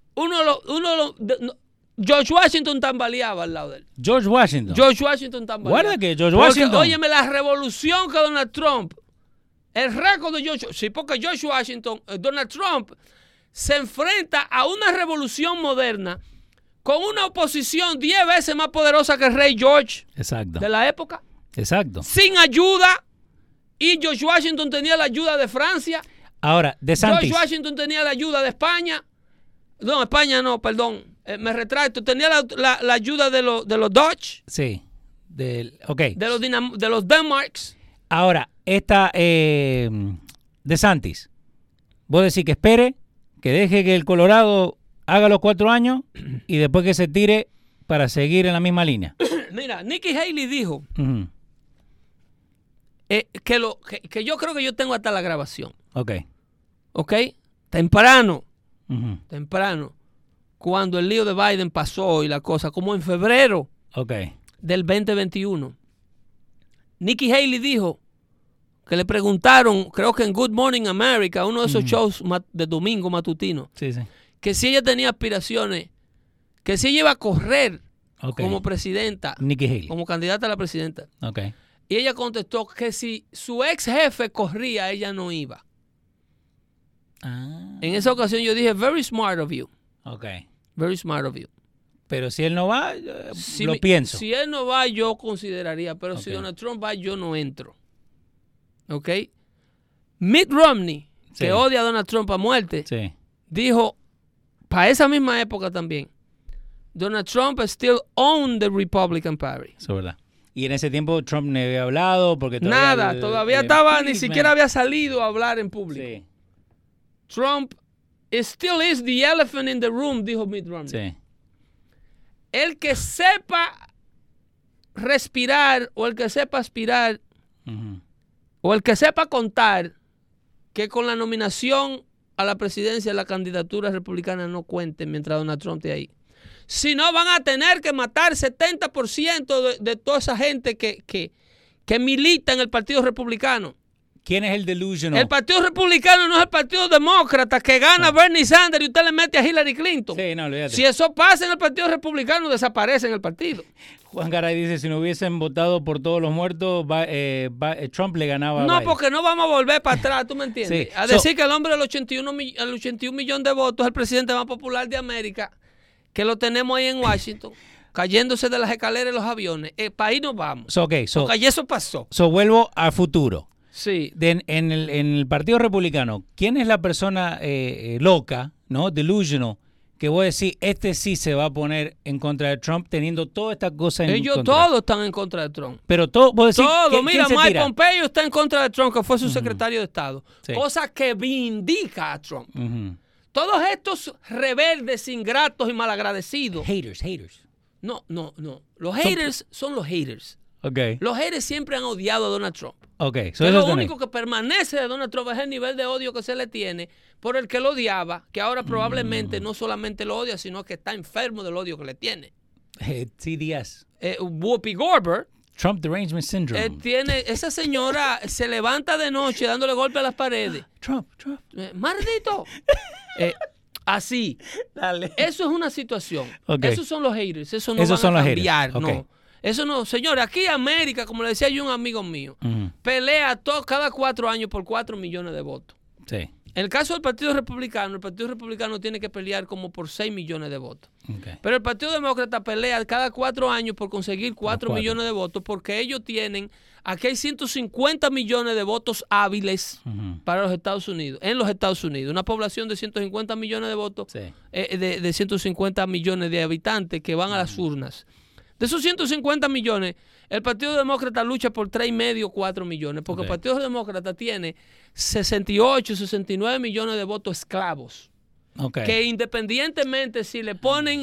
George Washington tambaleaba al lado de él. George Washington. George Washington tambaleaba. Guarda que George Porque, Washington. óyeme, la revolución que Donald Trump, el récord de George, sí, porque George Washington, Donald Trump, se enfrenta a una revolución moderna con una oposición 10 veces más poderosa que el rey George Exacto. de la época, Exacto. sin ayuda, y George Washington tenía la ayuda de Francia. Ahora, DeSantis. George Washington tenía la ayuda de España. No, España no, perdón. Me retracto. Tenía la ayuda de los Dutch. Sí. Ok. De los Denmarks. Ahora, esta DeSantis. Vos decís que espere, que deje que el Colorado haga los 4 años y después que se tire para seguir en la misma línea. Mira, Nikki Haley dijo Ujú. que yo creo que yo tengo hasta la grabación. Ok. ¿Ok? Temprano. Ujú. Temprano. Cuando el lío de Biden pasó y la cosa, como en febrero Ok. del 2021. Nikki Haley dijo que le preguntaron, creo que en Good Morning America, uno de esos shows de domingo matutino, Sí, sí. que si ella tenía aspiraciones, que si ella iba a correr Ok. como presidenta, Nikki Haley. como candidata a la presidenta. Ok. Y ella contestó que si su ex jefe corría, ella no iba. Ah. En esa ocasión yo dije, very smart of you. Ok. Very smart of you. Pero si él no va, Si lo pienso. Si él no va, yo consideraría. Pero si Ok. Donald Trump va, yo no entro. ¿Ok? Mitt Romney, Sí. que odia a Donald Trump a muerte, Sí. dijo, para esa misma época también, Donald Trump still owned the Republican Party. Eso es verdad. Y en ese tiempo Trump no había hablado porque todavía estaba, ni siquiera había salido a hablar en público. Sí. Trump still is the elephant in the room, dijo Mitt Romney. Sí. El que sepa respirar o el que sepa aspirar o el que sepa contar que con la nominación a la presidencia la candidatura republicana no cuente mientras Donald Trump esté ahí. Si no, van a tener que matar 70% de toda esa gente que milita en el Partido Republicano. ¿Quién es el delusional? El Partido Republicano no es el Partido Demócrata que gana Bernie Sanders y usted le mete a Hillary Clinton. Sí, no, olvídate. Si eso pasa en el Partido Republicano, desaparece en el partido. Juan Garay dice, si no hubiesen votado por todos los muertos, Trump le ganaba a No, Biden. porque no vamos a volver para atrás, ¿tú me entiendes? Sí. A decir que el hombre del 81 millones de votos es el presidente más popular de América, que lo tenemos ahí en Washington, cayéndose de las escaleras de los aviones. Para ahí nos vamos. Porque eso pasó. Vuelvo al futuro. Sí. En el Partido Republicano, ¿quién es la persona loca, ¿no? Delusional, que voy a decir, este sí se va a poner en contra de Trump teniendo todas estas cosas en Ellos contra? todos están en contra de Trump. Pero vos decís, Todo, mira, ¿quién se Mike tira? Pompeo está en contra de Trump, que fue su secretario de Estado. Sí. Cosa que vindica a Trump. Todos estos rebeldes, ingratos y malagradecidos. Haters. No. Los haters son los haters. Okay. Los haters siempre han odiado a Donald Trump. Okay. Que lo único que permanece de Donald Trump es el nivel de odio que se le tiene por el que lo odiaba, que ahora probablemente no solamente lo odia, sino que está enfermo del odio que le tiene. TDS. Whoopi Goldberg. Trump Derangement Syndrome. Esa señora se levanta de noche dándole golpe a las paredes. Trump. ¡Maldito! Así. Dale. Eso es una situación. Okay. Esos son los haters. Eso no Esos van son a los cambiar. haters. Okay. No. Eso no, señores, aquí América, como le decía yo a un amigo mío, pelea cada 4 años por 4 millones de votos. Sí. En el caso del Partido Republicano tiene que pelear como por 6 millones de votos. Okay. Pero el Partido Demócrata pelea cada 4 años por conseguir 4 millones de votos porque ellos tienen, aquí hay 150 millones de votos hábiles para los Estados Unidos, en los Estados Unidos. Una población de 150 millones de votos, sí. de 150 millones de habitantes que van a las urnas. De esos 150 millones, el Partido Demócrata lucha por 3,5, 4 millones, porque el Partido Demócrata tiene 68, 69 millones de votos esclavos. Okay. Que independientemente si le ponen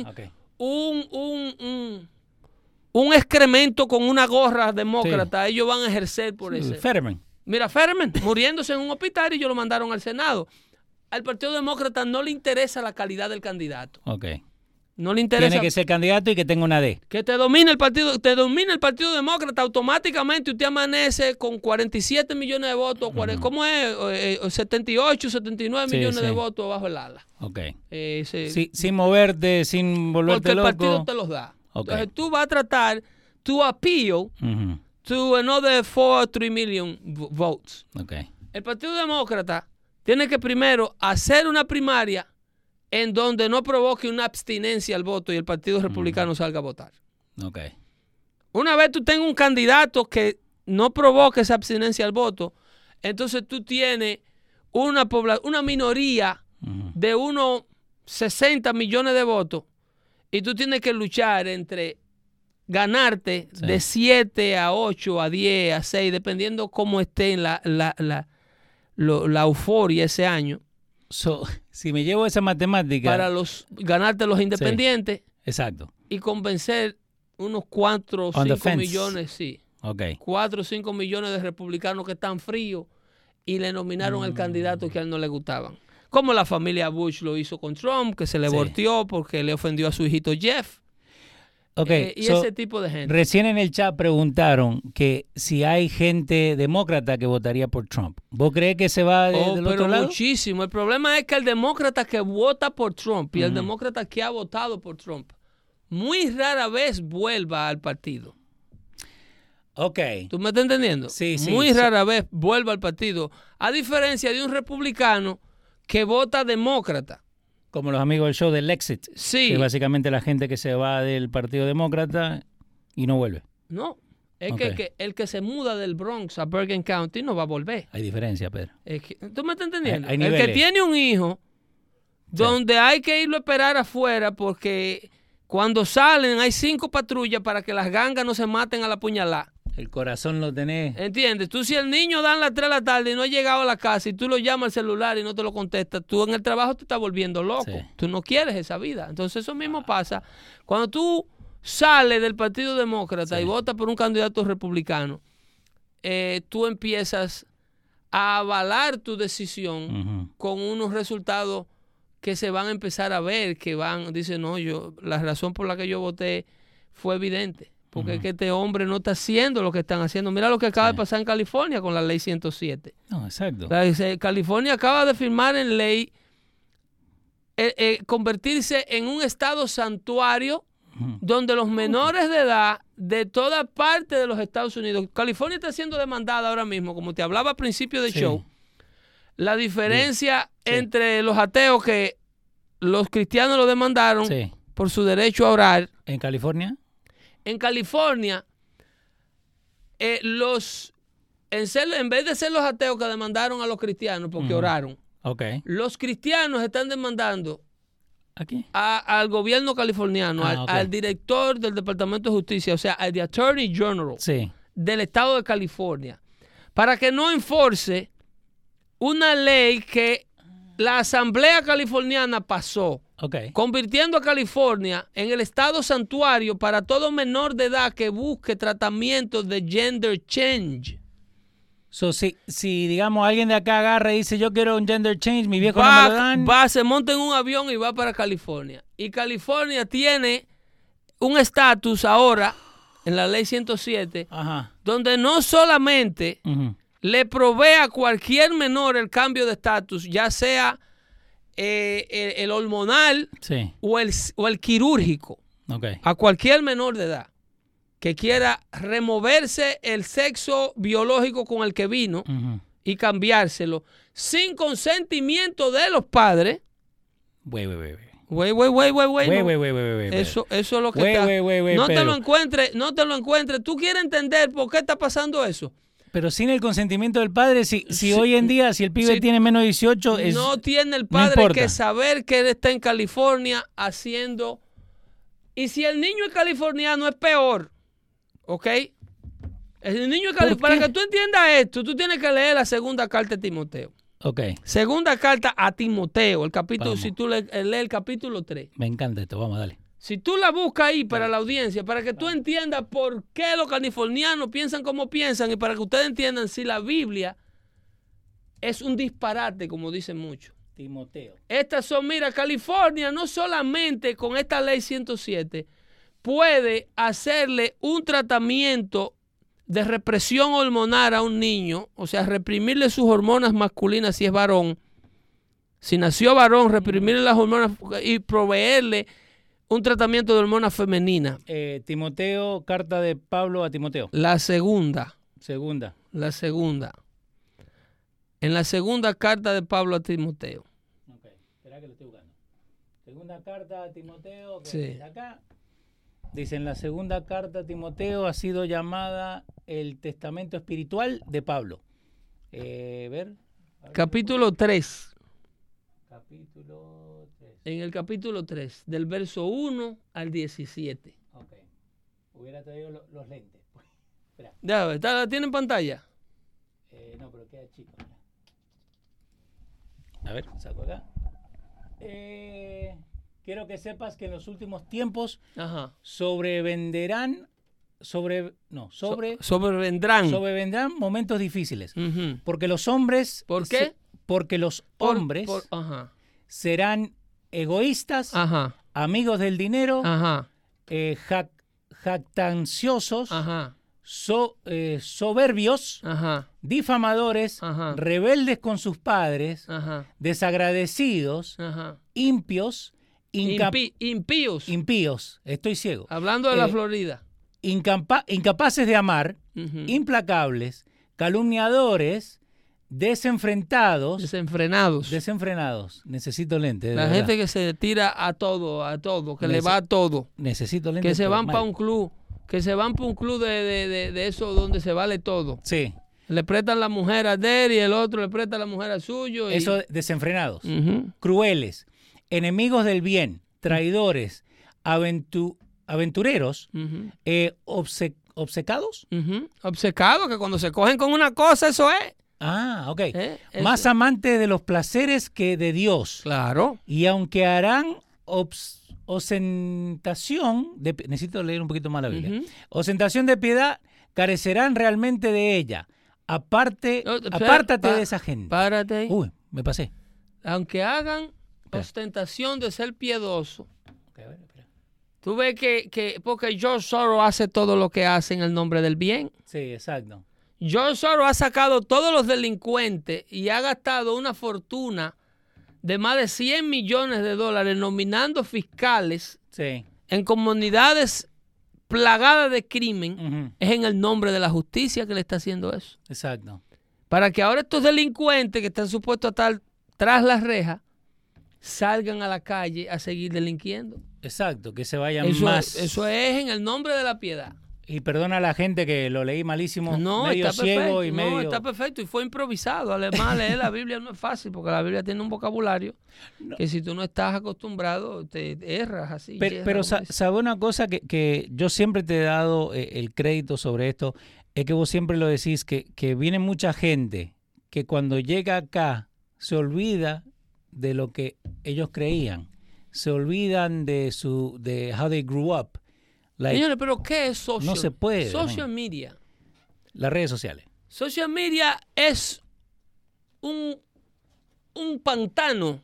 un excremento con una gorra demócrata, ellos van a ejercer por eso. Fetterman. Mira, Fetterman, muriéndose en un hospital y ellos lo mandaron al Senado. Al Partido Demócrata no le interesa la calidad del candidato. Okay. No le interesa. Tiene que ser candidato y que tenga una D. Que te domine el partido Demócrata automáticamente. Usted amanece con 47 millones de votos. ¿Cómo es? 78, 79 millones de votos bajo el ala. Ok. Sin moverte, sin volverte loco. Porque el partido te los da. Okay. Entonces tú vas a tratar to appeal to another 3 million votes. Okay. El Partido Demócrata tiene que primero hacer una primaria en donde no provoque una abstinencia al voto y el Partido Republicano salga a votar. Okay. Una vez tú tengas un candidato que no provoque esa abstinencia al voto, entonces tú tienes una minoría de unos 60 millones de votos y tú tienes que luchar entre ganarte de 7 a 8, a 10, a 6, dependiendo cómo esté en la euforia ese año. Si me llevo esa matemática... Para ganarte los independientes. Sí, exacto. Y convencer unos 4 o 5 millones, sí. Okay. 4 o 5 millones de republicanos que están fríos y le nominaron al candidato que a él no le gustaban. Como la familia Bush lo hizo con Trump, que se le volteó porque le ofendió a su hijito Jeff. Okay, y ese tipo de gente. Recién en el chat preguntaron que si hay gente demócrata que votaría por Trump. ¿Vos crees que se va del otro lado? Muchísimo. El problema es que el demócrata que vota por Trump y el demócrata que ha votado por Trump muy rara vez vuelva al partido. Ok. ¿Tú me estás entendiendo? Sí, sí. Muy rara vez vuelva al partido. A diferencia de un republicano que vota demócrata. Como los amigos del show del Exit. Sí. Que es básicamente la gente que se va del Partido Demócrata y no vuelve. No. Es que el que se muda del Bronx a Bergen County no va a volver. Hay diferencia, Pedro. ¿Tú me estás entendiendo? Hay el que tiene un hijo donde hay que irlo a esperar afuera porque Cuando salen hay 5 patrullas para que las gangas no se maten a la puñalada. El corazón lo tenés. ¿Entiendes? Tú si el niño dan las 3 de la tarde y no ha llegado a la casa y tú lo llamas al celular y no te lo contestas, tú en el trabajo te estás volviendo loco. Sí. Tú no quieres esa vida. Entonces eso mismo pasa cuando tú sales del Partido Demócrata y votas por un candidato republicano. Tú empiezas a avalar tu decisión con unos resultados que se van a empezar a ver, dicen, no, la razón por la que yo voté fue evidente. Porque es que este hombre no está haciendo lo que están haciendo. Mira lo que acaba de pasar en California con la ley 107. No, exacto. California acaba de firmar en ley convertirse en un estado santuario donde los menores de edad de toda parte de los Estados Unidos. California está siendo demandada ahora mismo, como te hablaba al principio del show. La diferencia entre los ateos, que los cristianos lo demandaron por su derecho a orar. ¿En California? En California, en vez de ser los ateos que demandaron a los cristianos porque oraron, los cristianos están demandando al gobierno californiano, al director del Departamento de Justicia, o sea, al Attorney General del estado de California, para que no enforce una ley que la Asamblea Californiana pasó, convirtiendo a California en el estado santuario para todo menor de edad que busque tratamiento de gender change. Si digamos alguien de acá agarra y dice yo quiero un gender change, mi viejo no me lo dan. Se monta en un avión y va para California. Y California tiene un estatus ahora en la ley 107 donde no solamente le provee a cualquier menor el cambio de estatus, ya sea el hormonal o el quirúrgico, a cualquier menor de edad que quiera removerse el sexo biológico con el que vino y cambiárselo sin consentimiento de los padres. Eso es lo que no te lo encuentres. ¿Tú quieres entender por qué está pasando eso? Pero sin el consentimiento del padre, si hoy en día, si el pibe tiene menos de 18, no tiene el padre que saber que él está en California haciendo. Y si el niño es californiano, es peor. ¿Ok? El niño para que tú entiendas esto, tú tienes que leer la segunda carta de Timoteo. Segunda carta a Timoteo, el capítulo, si tú lees el capítulo 3. Me encanta esto, vamos, dale. Si tú la buscas ahí para la audiencia, para que tú entiendas por qué los californianos piensan como piensan y para que ustedes entiendan si la Biblia es un disparate, como dicen muchos. Timoteo. Estas son, mira, California no solamente con esta ley 107 puede hacerle un tratamiento de represión hormonal a un niño, o sea, reprimirle sus hormonas masculinas si es varón. Si nació varón, reprimirle las hormonas y proveerle un tratamiento de hormonas femeninas. Timoteo, carta de Pablo a Timoteo. La segunda. La segunda. En la segunda carta de Pablo a Timoteo. Espera que lo estoy buscando. Segunda carta a Timoteo, que es acá. Dice, en la segunda carta a Timoteo ha sido llamada el testamento espiritual de Pablo. Capítulo 3. En el capítulo 3, del verso 1 al 17. Hubiera traído los lentes. ¿La tiene en pantalla? No, pero queda chico. A ver, saco acá. Quiero que sepas que en los últimos tiempos sobrevendrán momentos difíciles. Porque los hombres... ¿Por qué? Porque los hombres serán egoístas, amigos del dinero, jactanciosos, soberbios, difamadores, rebeldes con sus padres, desagradecidos, impíos, impíos, estoy ciego. Hablando de la Florida. Incapaces de amar, implacables, calumniadores, desenfrenados. Necesito lentes. La gente que se tira a todo, que le va a todo. Necesito lentes. Que se van para un club, de eso donde se vale todo. Sí. Le prestan la mujer a él y el otro le presta la mujer al suyo. Eso, desenfrenados, crueles, enemigos del bien, traidores, aventureros, Ujú. obcecados. Ujú. Obcecado, que cuando se cogen con una cosa, eso es. Ah, ok. Eso. Más amantes de los placeres que de Dios. Claro. Y aunque harán ostentación, necesito leer un poquito más la Biblia. Ujú. Ostentación de piedad, carecerán realmente de ella. Apártate de esa gente. Párate ahí. Uy, me pasé. Aunque hagan Espera. ostentación de ser piedoso, Ok, a ver, espera. tú ves que porque George Soros hace todo lo que hace en el nombre del bien. Sí, exacto. George Soros ha sacado todos los delincuentes y ha gastado una fortuna de más de 100 millones de dólares nominando fiscales Sí. en comunidades plagadas de crimen. Ujú. Es en el nombre de la justicia que le está haciendo eso. Exacto. Para que ahora estos delincuentes que están supuestos a estar tras las rejas salgan a la calle a seguir delinquiendo. Exacto, que se vayan Eso, más. eso es en el nombre de la piedad. Y perdona a la gente que lo leí malísimo, No, medio está ciego perfecto. y No, medio... está perfecto y fue improvisado. Además, leer la Biblia no es fácil porque la Biblia tiene un vocabulario que si tú no estás acostumbrado te erras así. Pero ¿sabe una cosa que yo siempre te he dado el crédito sobre esto? Es que vos siempre lo decís, que viene mucha gente que cuando llega acá se olvida de lo que ellos creían. Se olvidan de how they grew up. Like, Señores, pero ¿qué es social? no se puede. Social media. Las redes sociales. Social media es un pantano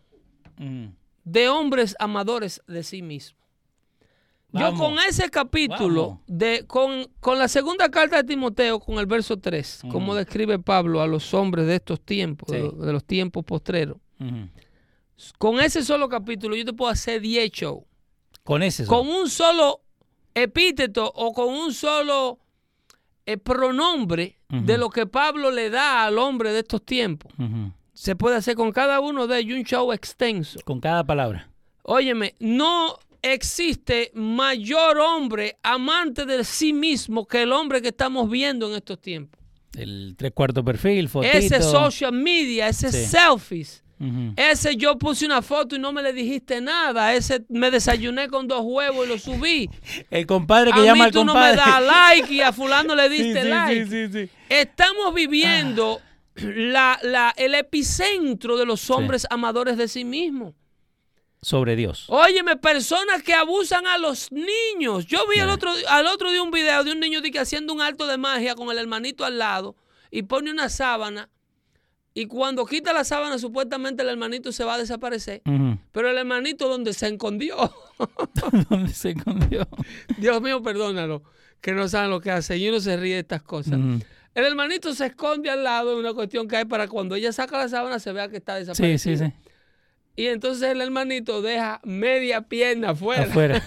de hombres amadores de sí mismos. Vamos. Yo con ese capítulo, con la segunda carta de Timoteo, con el verso 3, como describe Pablo a los hombres de estos tiempos, Sí. de los tiempos postreros, con ese solo capítulo yo te puedo hacer 10 shows. Con ese. Con un solo epíteto o con un solo pronombre de lo que Pablo le da al hombre de estos tiempos. Se puede hacer con cada uno de ellos un show extenso. Con cada palabra. Óyeme, no existe mayor hombre amante de sí mismo que el hombre que estamos viendo en estos tiempos. El 3/4 perfil, fotito. Ese social media, ese Sí. selfies. Ujú. Ese yo puse una foto y no me le dijiste nada. Ese me desayuné con 2 huevos y lo subí. El compadre que A llama mí al tú no compadre. me das like y a fulano le diste Sí, like. sí. Estamos viviendo el epicentro de los hombres amadores de sí mismos. Sobre Dios. Óyeme, personas que abusan a los niños. Yo vi al otro día un video de un niño que haciendo un acto de magia con el hermanito al lado y pone una sábana y cuando quita la sábana supuestamente el hermanito se va a desaparecer. Ujú. Pero el hermanito donde se escondió. ¿Dónde se escondió? Dios mío, perdónalo, que no saben lo que hace y uno se ríe de estas cosas. Ujú. El hermanito se esconde al lado de una cuestión que hay para cuando ella saca la sábana se vea que está desaparecido. Sí. Y entonces el hermanito deja media pierna afuera. Afuera.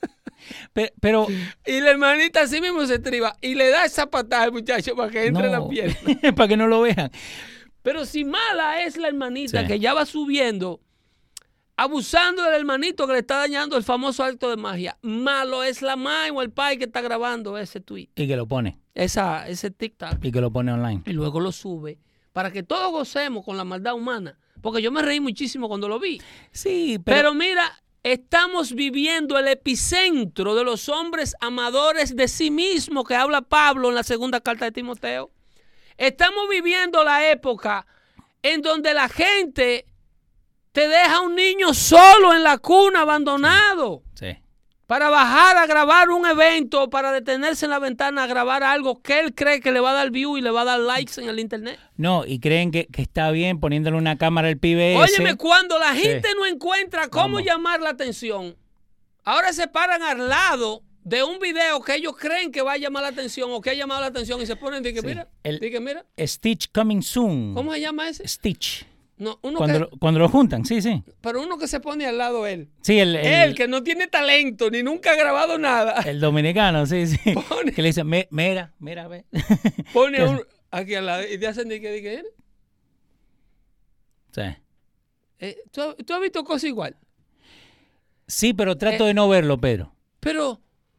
Pero Y la hermanita así mismo se estriba y le da esa patada al muchacho para que entre la pierna. para que no lo vean. Pero si mala es la hermanita Sí. que ya va subiendo, abusando del hermanito que le está dañando el famoso acto de magia, malo es la mamá o el pai que está grabando ese tweet, Y que lo pone. ese TikTok. Y que lo pone online. Y luego lo sube para que todos gocemos con la maldad humana. Porque yo me reí muchísimo cuando lo vi. Sí, Pero mira, estamos viviendo el epicentro de los hombres amadores de sí mismos que habla Pablo en la segunda carta de Timoteo. Estamos viviendo la época en donde la gente te deja a un niño solo en la cuna, abandonado. Sí. Para bajar a grabar un evento, para detenerse en la ventana a grabar algo que él cree que le va a dar view y le va a dar likes en el internet. No, y creen que está bien poniéndole una cámara al pibe Óyeme, ese. cuando la gente Sí. no encuentra cómo Vamos. llamar la atención, ahora se paran al lado de un video que ellos creen que va a llamar la atención o que ha llamado la atención y se ponen de que Sí. mira, El- de que mira. Stitch coming soon. ¿Cómo se llama ese? Stitch. No, uno Cuando lo juntan, sí. pero uno que se pone al lado de él. Sí, Él que no tiene talento ni nunca ha grabado nada. el dominicano, sí. Pone- Que le dice, mira, ve. Pone a un, aquí al lado y te hacen de que Sí. ¿tú has visto cosas igual? Sí, pero trato de no verlo, Pedro. Pero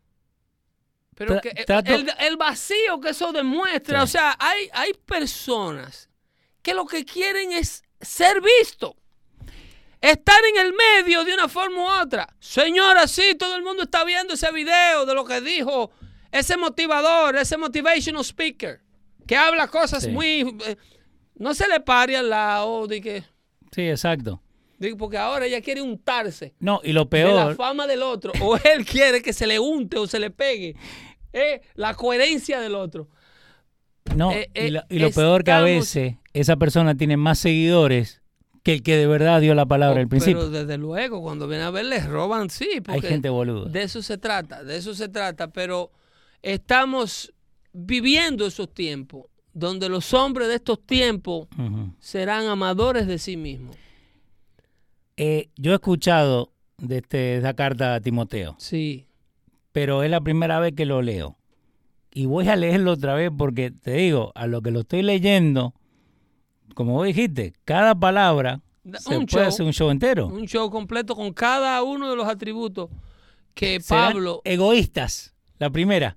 Trato- el vacío que eso demuestra, Sí. o sea, hay personas que lo que quieren es ser visto. estar en el medio de una forma u otra. Señora, sí, todo el mundo está viendo ese video de lo que dijo ese motivador, ese motivational speaker, que habla cosas muy... no se le pare al lado de que... Sí, exacto. Porque ahora ella quiere untarse. No, y lo peor... de la fama del otro. O él quiere que se le unte o se le pegue. La coherencia del otro. No, y lo peor que a veces esa persona tiene más seguidores que el que de verdad dio la palabra al principio. Pero desde luego, cuando vienen a ver, les roban, sí. Hay gente boluda. De eso se trata, pero estamos viviendo esos tiempos donde los hombres de estos tiempos serán amadores de sí mismos. Yo he escuchado de esta carta a Timoteo. Sí. Pero es la primera vez que lo leo. Y voy a leerlo otra vez porque te digo, a lo que lo estoy leyendo, como vos dijiste, cada palabra puede hacer un show entero. Un show completo con cada uno de los atributos que Serán Pablo... egoístas, la primera.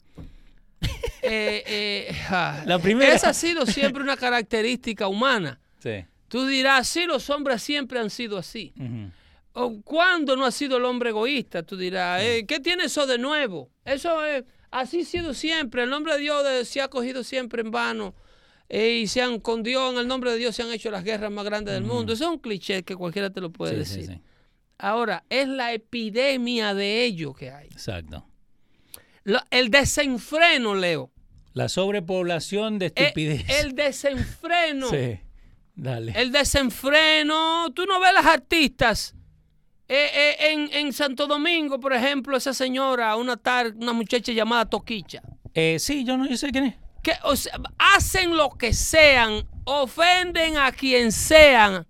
La primera. Esa ha sido siempre una característica humana. Sí. Tú dirás, sí, los hombres siempre han sido así. Uh-huh. ¿Cuándo no ha sido el hombre egoísta? Tú dirás, ¿qué tiene eso de nuevo? Eso es... Así ha sido siempre. El nombre de Dios se ha cogido siempre en vano. Y con Dios, en el nombre de Dios, se han hecho las guerras más grandes del mundo. Eso es un cliché que cualquiera te lo puede decir. Sí. Ahora, es la epidemia de ello que hay. Exacto. El desenfreno, Leo. La sobrepoblación de estupidez. El desenfreno. Sí, dale. El desenfreno. Tú no ves las artistas. En Santo Domingo, por ejemplo, esa señora, una muchacha llamada Toquicha. Sí, yo sé quién es. Que hacen lo que sean, ofenden a quien sean,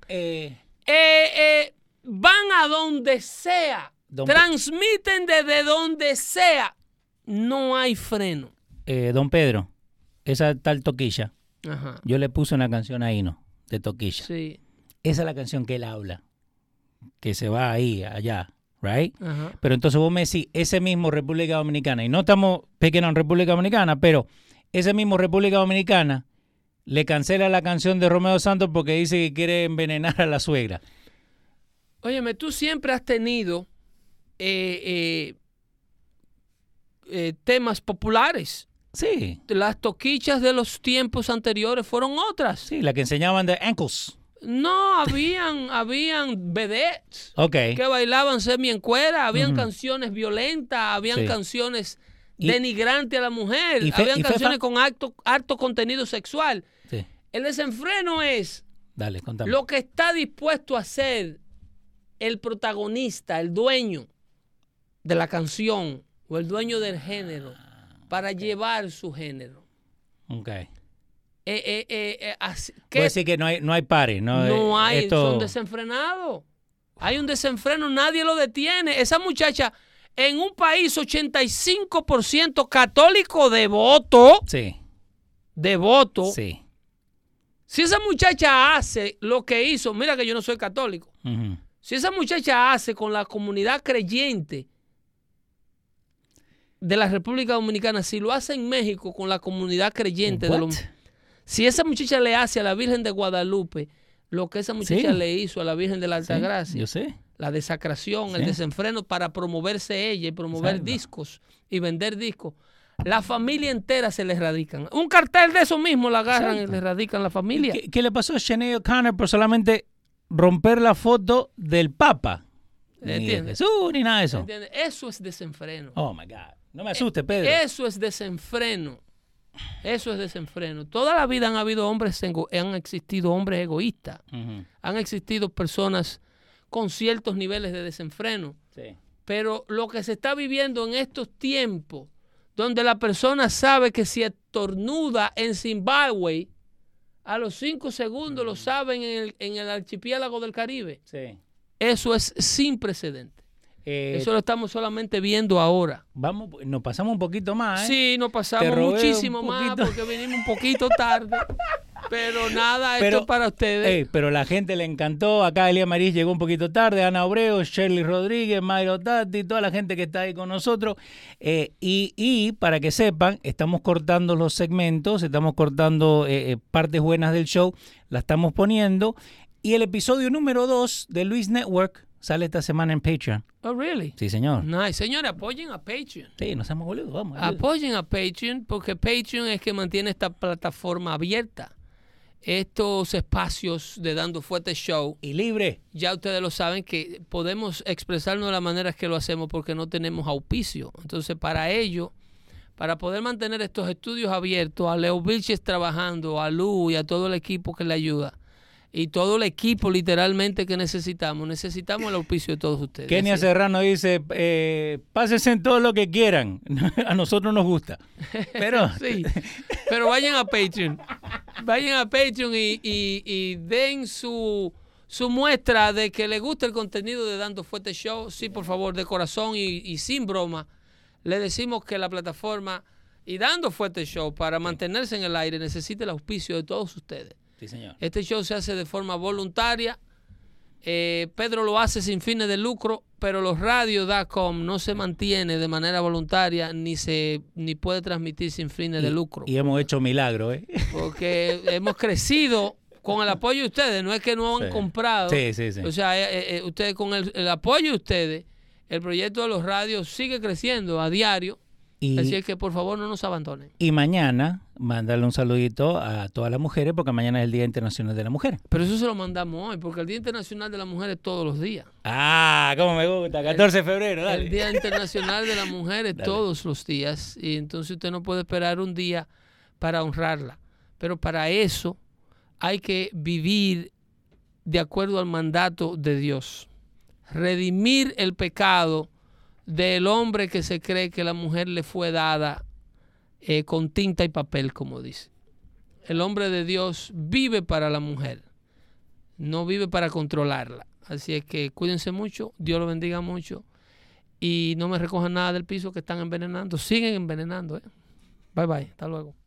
van a donde sea, transmiten desde donde sea. No hay freno. Don Pedro, esa tal Toquilla. Ajá. Yo le puse una canción a Hino de Toquilla. Sí. Esa es la canción que él habla. Que se va ahí, allá, right? Ajá. Pero entonces vos me decís, ese mismo República Dominicana, y no estamos pequeños en República Dominicana, pero ese mismo República Dominicana le cancela la canción de Romeo Santos porque dice que quiere envenenar a la suegra. Óyeme, tú siempre has tenido temas populares. Sí. Las toquichas de los tiempos anteriores fueron otras. Sí, la que enseñaban de ankles. No, habían vedettes que bailaban semi en cuera, habían canciones violentas, habían canciones denigrantes a la mujer, habían canciones con alto contenido sexual. Sí. El desenfreno es contame. Lo que está dispuesto a hacer el protagonista, el dueño de la canción o el dueño del género para llevar su género. Okay. Puede decir que no hay pares, no hay, son desenfrenados. Hay un desenfreno, nadie lo detiene. Esa muchacha, en un país 85% católico devoto, sí. Devoto. Sí. Si esa muchacha hace lo que hizo, mira que yo no soy católico. Uh-huh. Si esa muchacha hace con la comunidad creyente de la República Dominicana, si lo hace en México con la comunidad creyente de los... Si esa muchacha le hace a la Virgen de Guadalupe lo que esa muchacha le hizo a la Virgen de la Altagracia, yo sé. La desacración, el desenfreno para promoverse ella y promover discos y vender discos, la familia entera se le erradican. Un cartel de eso mismo la agarran y le erradican la familia. ¿Qué le pasó a Sinead O'Connor por solamente romper la foto del Papa? Ni de Jesús, ni nada de eso. ¿Entiendes? Eso es desenfreno. Oh, my God. No me asustes, Pedro. Eso es desenfreno. Eso es desenfreno. Toda la vida han existido hombres egoístas. Uh-huh. Han existido personas con ciertos niveles de desenfreno. Sí. Pero lo que se está viviendo en estos tiempos, donde la persona sabe que si estornuda en Zimbabue, a los 5 segundos lo saben en el archipiélago del Caribe. Sí. Eso es sin precedente. Eso lo estamos solamente viendo ahora. Nos pasamos un poquito más, ¿eh? Sí, nos pasamos muchísimo más porque venimos un poquito tarde. Pero nada, esto es para ustedes. Pero la gente le encantó. Acá Elia Maris llegó un poquito tarde, Ana Obreo, Shirley Rodríguez, Mayro Tati, toda la gente que está ahí con nosotros. Y para que sepan, estamos cortando los segmentos, estamos cortando partes buenas del show, la estamos poniendo. Y el episodio número 2 de Luis Network sale esta semana en Patreon. Oh, really? Sí, señor. Nice. Señores, apoyen a Patreon. Sí, nos hemos boludo, vamos. Apoyen a Patreon porque Patreon es que mantiene esta plataforma abierta. Estos espacios de Dando Fuerte Show. Y libre. Ya ustedes lo saben que podemos expresarnos de la manera que lo hacemos porque no tenemos auspicio. Entonces, para ello, para poder mantener estos estudios abiertos, a Leo Vilches trabajando, a Lu y a todo el equipo que le ayuda, y todo el equipo literalmente que necesitamos el auspicio de todos ustedes. Kenia Serrano dice, pásense en todo lo que quieran, a nosotros nos gusta. Pero, sí, pero vayan a Patreon, y den su muestra de que les gusta el contenido de Dando Fuerte Show. Sí, por favor, de corazón y sin broma, le decimos que la plataforma y Dando Fuerte Show para mantenerse en el aire necesita el auspicio de todos ustedes. Sí, señor. Este show se hace de forma voluntaria. Pedro lo hace sin fines de lucro, pero los radios.com no se mantiene de manera voluntaria ni puede transmitir sin fines de lucro. Y hemos hecho milagro, ¿eh? Porque hemos crecido con el apoyo de ustedes. No es que no han comprado. Sí. O sea, ustedes con el apoyo de ustedes, el proyecto de los radios sigue creciendo a diario. Así es que por favor no nos abandonen. Y mañana, mandarle un saludito a todas las mujeres, porque mañana es el Día Internacional de la Mujer. Pero eso se lo mandamos hoy, porque el Día Internacional de la Mujer es todos los días. Ah, cómo me gusta, 14 de febrero, dale. El Día Internacional de la Mujer es todos los días, y entonces usted no puede esperar un día para honrarla. Pero para eso hay que vivir de acuerdo al mandato de Dios. Redimir el pecado del hombre que se cree que la mujer le fue dada con tinta y papel, como dice. El hombre de Dios vive para la mujer, no vive para controlarla. Así es que cuídense mucho, Dios lo bendiga mucho y no me recojan nada del piso que están envenenando. Siguen envenenando. Bye bye, hasta luego.